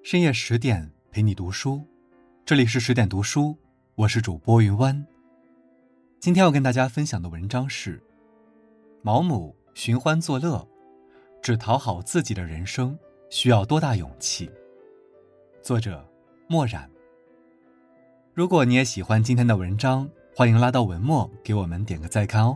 深夜10点陪你读书，这里是10点读书，我是主播云湾。今天要跟大家分享的文章是毛姆寻欢作乐，只讨好自己的人生需要多大勇气。作者墨染。如果你也喜欢今天的文章，欢迎拉到文末给我们点个再看哦。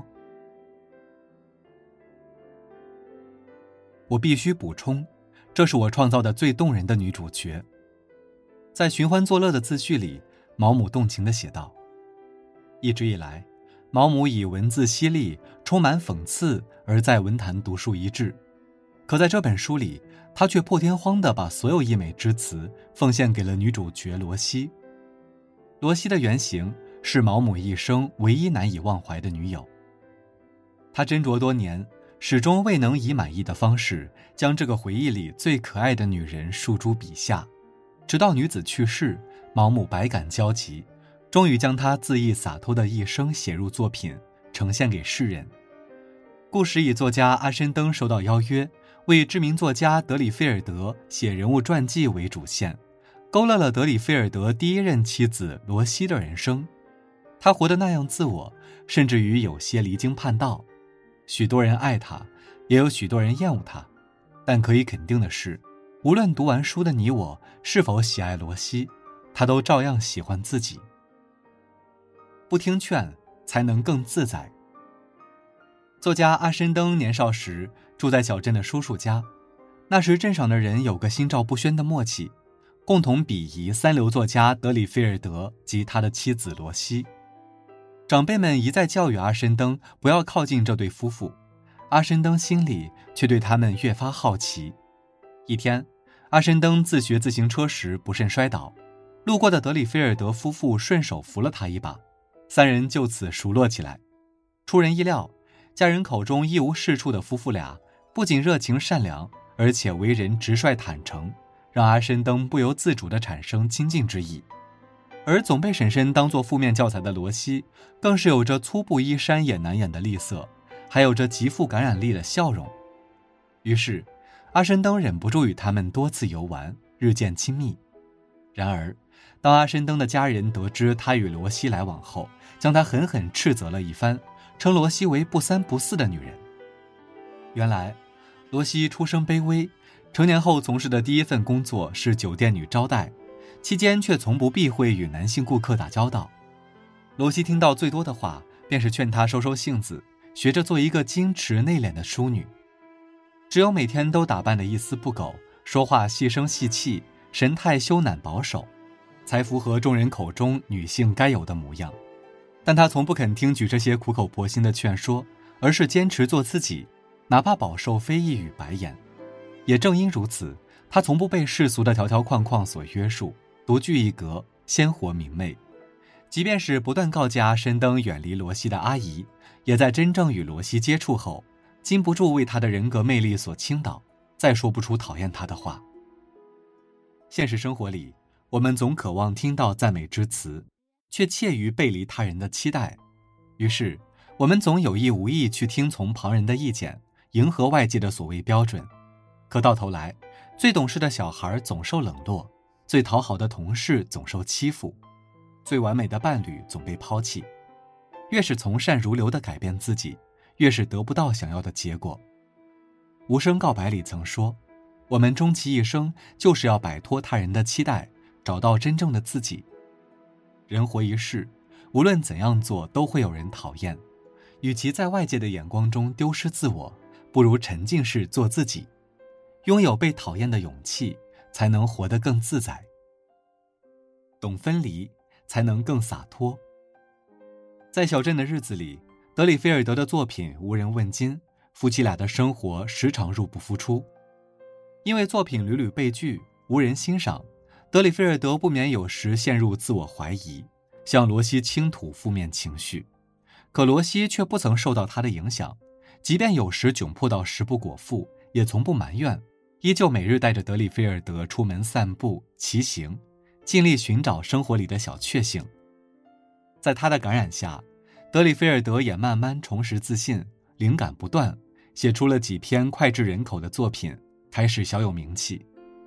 我必须补充，这是我创造的最动人的女主角。在寻欢作乐的自序里，毛姆动情地写道，一直以来，毛姆以文字犀利，充满讽刺而在文坛独树一帜。可在这本书里，他却破天荒地把所有溢美之词奉献给了女主角罗西。罗西的原型是毛姆一生唯一难以忘怀的女友。他斟酌多年，始终未能以满意的方式将这个回忆里最可爱的女人诉诸笔下，直到女子去世，毛姆百感交集，终于将她恣意洒脱的一生写入作品，呈现给世人。故事以作家阿申登受到邀约，为知名作家德里菲尔德写人物传记为主线，勾勒了德里菲尔德第一任妻子罗西的人生。她活得那样自我，甚至于有些离经叛道。许多人爱她，也有许多人厌恶她，但可以肯定的是，无论读完书的你我是否喜爱罗西，她都照样喜欢自己。不听劝，才能更自在。作家阿申登年少时住在小镇的叔叔家，那时镇上的人有个心照不宣的默契，共同鄙夷三流作家德里菲尔德及他的妻子罗西。长辈们一再教育阿申登不要靠近这对夫妇，阿申登心里却对他们越发好奇。一天，阿申登自学自行车时不慎摔倒，路过的德里菲尔德夫妇顺手扶了他一把，三人就此熟络起来。出人意料，家人口中一无是处的夫妇俩不仅热情善良，而且为人直率坦诚，让阿申登不由自主地产生亲近之意。而总被婶婶当作负面教材的罗西，更是有着粗布衣衫也难掩的厉色，还有着极富感染力的笑容。于是阿申登忍不住与他们多次游玩，日渐亲密。然而当阿申登的家人得知他与罗西来往后，将他狠狠斥责了一番，称罗西为不三不四的女人。原来罗西出身卑微，成年后从事的第一份工作是酒店女招待，期间却从不避讳与男性顾客打交道。罗西听到最多的话便是劝她收收性子，学着做一个矜持内敛的淑女。只有每天都打扮得一丝不苟，说话细声细气，神态羞赧保守，才符合众人口中女性该有的模样。但她从不肯听取这些苦口婆心的劝说，而是坚持做自己，哪怕饱受非议与白眼。也正因如此，她从不被世俗的条条框框所约束，独具一格，鲜活明媚。即便是不断告诫阿申登远离罗西的阿姨，也在真正与罗西接触后，禁不住为她的人格魅力所倾倒，再说不出讨厌她的话。现实生活里，我们总渴望听到赞美之词，却怯于背离他人的期待。于是我们总有意无意去听从旁人的意见，迎合外界的所谓标准。可到头来，最懂事的小孩总受冷落，最讨好的同事总受欺负，最完美的伴侣总被抛弃。越是从善如流地改变自己，越是得不到想要的结果。无声告白里曾说，我们终其一生就是要摆脱他人的期待，找到真正的自己。人活一世，无论怎样做都会有人讨厌，与其在外界的眼光中丢失自我，不如沉浸式做自己，拥有被讨厌的勇气，才能活得更自在。懂分离，才能更洒脱。在小镇的日子里，德里菲尔德的作品无人问津，夫妻俩的生活时常入不敷出。因为作品屡屡被拒，无人欣赏，德里菲尔德不免有时陷入自我怀疑，向罗西倾吐负面情绪。可罗西却不曾受到他的影响，即便有时窘迫到食不果腹，也从不埋怨，依旧每日带着德里菲尔德出门散步、骑行，尽力寻找生活里的小确幸。在他的感染下，德里菲尔德也慢慢重拾自信，灵感不断，写出了几篇脍炙人口的作品，开始小有名气。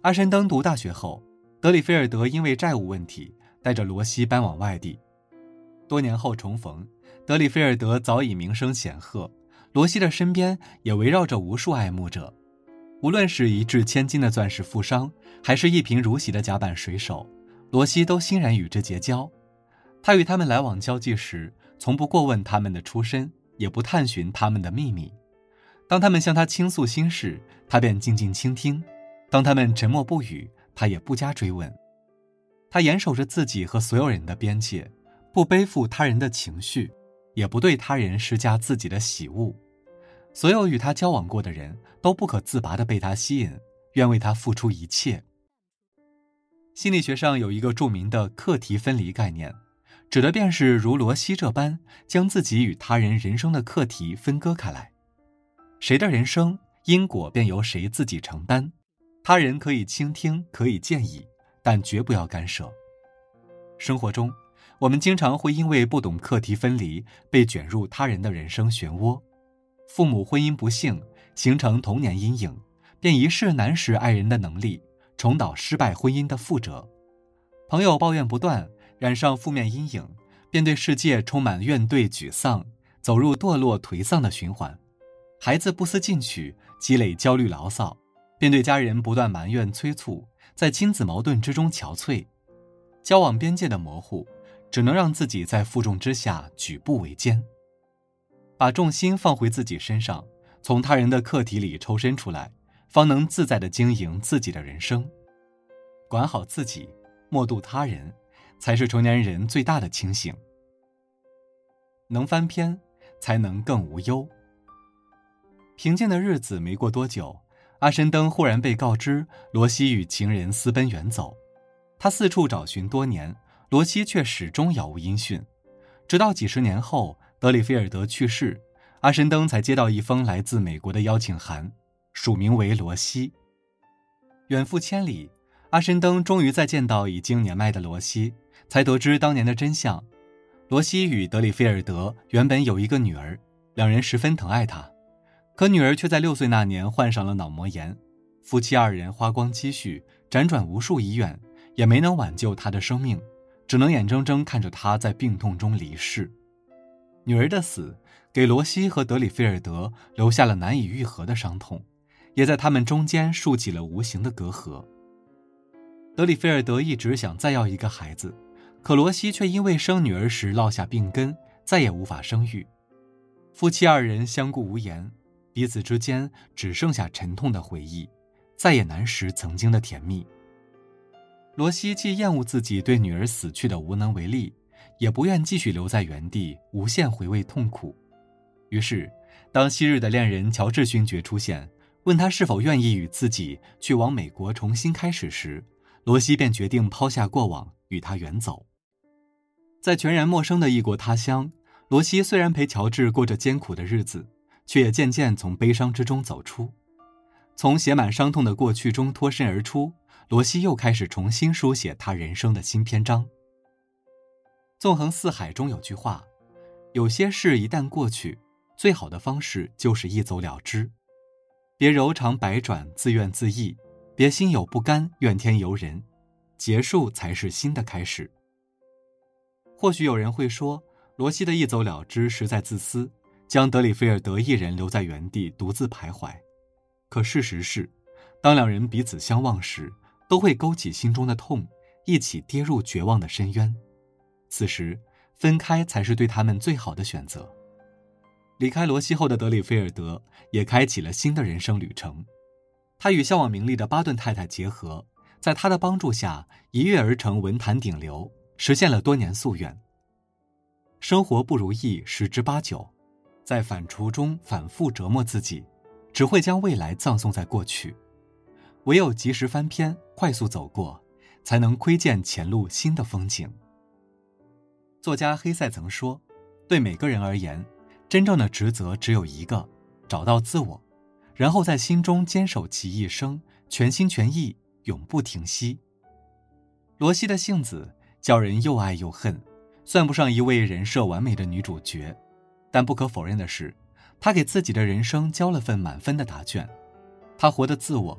阿山登读大学后，德里菲尔德因为债务问题带着罗西搬往外地。多年后重逢，德里菲尔德早已名声显赫，罗西的身边也围绕着无数爱慕者。无论是一掷千金的钻石富商，还是一贫如洗的甲板水手，罗西都欣然与之结交。他与他们来往交际时，从不过问他们的出身，也不探寻他们的秘密。当他们向他倾诉心事，他便静静倾听；当他们沉默不语，他也不加追问。他严守着自己和所有人的边界，不背负他人的情绪，也不对他人施加自己的喜恶。所有与他交往过的人都不可自拔地被他吸引，愿为他付出一切。心理学上有一个著名的课题分离概念，指的便是如罗西这般将自己与他人人生的课题分割开来。谁的人生因果便由谁自己承担，他人可以倾听，可以建议，但绝不要干涉。生活中，我们经常会因为不懂课题分离，被卷入他人的人生漩涡。父母婚姻不幸，形成童年阴影，便一试难识爱人的能力，重蹈失败婚姻的覆辙。朋友抱怨不断，染上负面阴影，便对世界充满怨怼沮丧，走入堕落颓丧的循环。孩子不思进取，积累焦虑牢骚，便对家人不断埋怨催促，在亲子矛盾之中憔悴。交往边界的模糊，只能让自己在负重之下举步维艰。把重心放回自己身上，从他人的课题里抽身出来，方能自在地经营自己的人生。管好自己，莫渡他人，才是成年人最大的清醒。能翻篇，才能更无忧。平静的日子没过多久，阿申登忽然被告知罗西与情人私奔远走。他四处找寻多年，罗西却始终杳无音讯。直到几十年后，德里菲尔德去世，阿申登才接到一封来自美国的邀请函，署名为罗西。远赴千里，阿申登终于再见到已经年迈的罗西，才得知当年的真相。罗西与德里菲尔德原本有一个女儿，两人十分疼爱她，可女儿却在6岁那年患上了脑膜炎，夫妻二人花光积蓄，辗转无数医院，也没能挽救她的生命，只能眼睁睁看着她在病痛中离世。女儿的死给罗西和德里菲尔德留下了难以愈合的伤痛，也在他们中间竖起了无形的隔阂。德里菲尔德一直想再要一个孩子，可罗西却因为生女儿时落下病根，再也无法生育。夫妻二人相顾无言，彼此之间只剩下沉痛的回忆，再也难识曾经的甜蜜。罗西既厌恶自己对女儿死去的无能为力，也不愿继续留在原地无限回味痛苦。于是当昔日的恋人乔治勋爵出现，问他是否愿意与自己去往美国重新开始时，罗西便决定抛下过往，与他远走。在全然陌生的异国他乡，罗西虽然陪乔治过着艰苦的日子，却也渐渐从悲伤之中走出。从写满伤痛的过去中脱身而出，罗西又开始重新书写他人生的新篇章。纵横四海中有句话，有些事一旦过去，最好的方式就是一走了之。别柔肠百转，自怨自艾，别心有不甘，怨天尤人，结束才是新的开始。或许有人会说，罗西的一走了之实在自私，将德里菲尔德一人留在原地独自徘徊。可事实是，当两人彼此相望时，都会勾起心中的痛，一起跌入绝望的深渊。此时分开才是对他们最好的选择。离开罗西后的德里菲尔德也开启了新的人生旅程。他与向往名利的巴顿太太结合，在他的帮助下一跃而成文坛顶流，实现了多年夙愿。生活不如意十之八九，在反刍中反复折磨自己，只会将未来葬送在过去。唯有及时翻篇，快速走过，才能窥见前路新的风景。作家黑塞曾说，对每个人而言，真正的职责只有一个，找到自我，然后在心中坚守其一生，全心全意，永不停息。罗西的性子叫人又爱又恨，算不上一位人设完美的女主角，但不可否认的是，她给自己的人生交了份满分的答卷。她活得自我，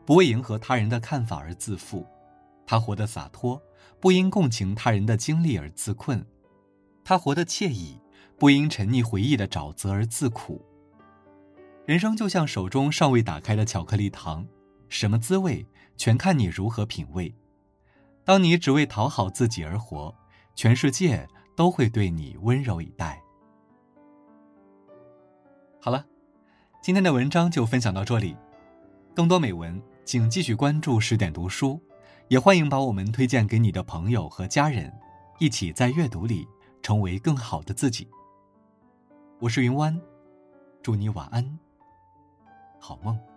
不为迎合他人的看法而自负，他活得洒脱，不因共情他人的经历而自困，他活得惬意，不因沉溺回忆的沼泽而自苦。人生就像手中尚未打开的巧克力糖，什么滋味全看你如何品味。当你只为讨好自己而活，全世界都会对你温柔以待。好了，今天的文章就分享到这里。更多美文，请继续关注10点读书，也欢迎把我们推荐给你的朋友和家人，一起在阅读里成为更好的自己。我是云湾，祝你晚安，好梦。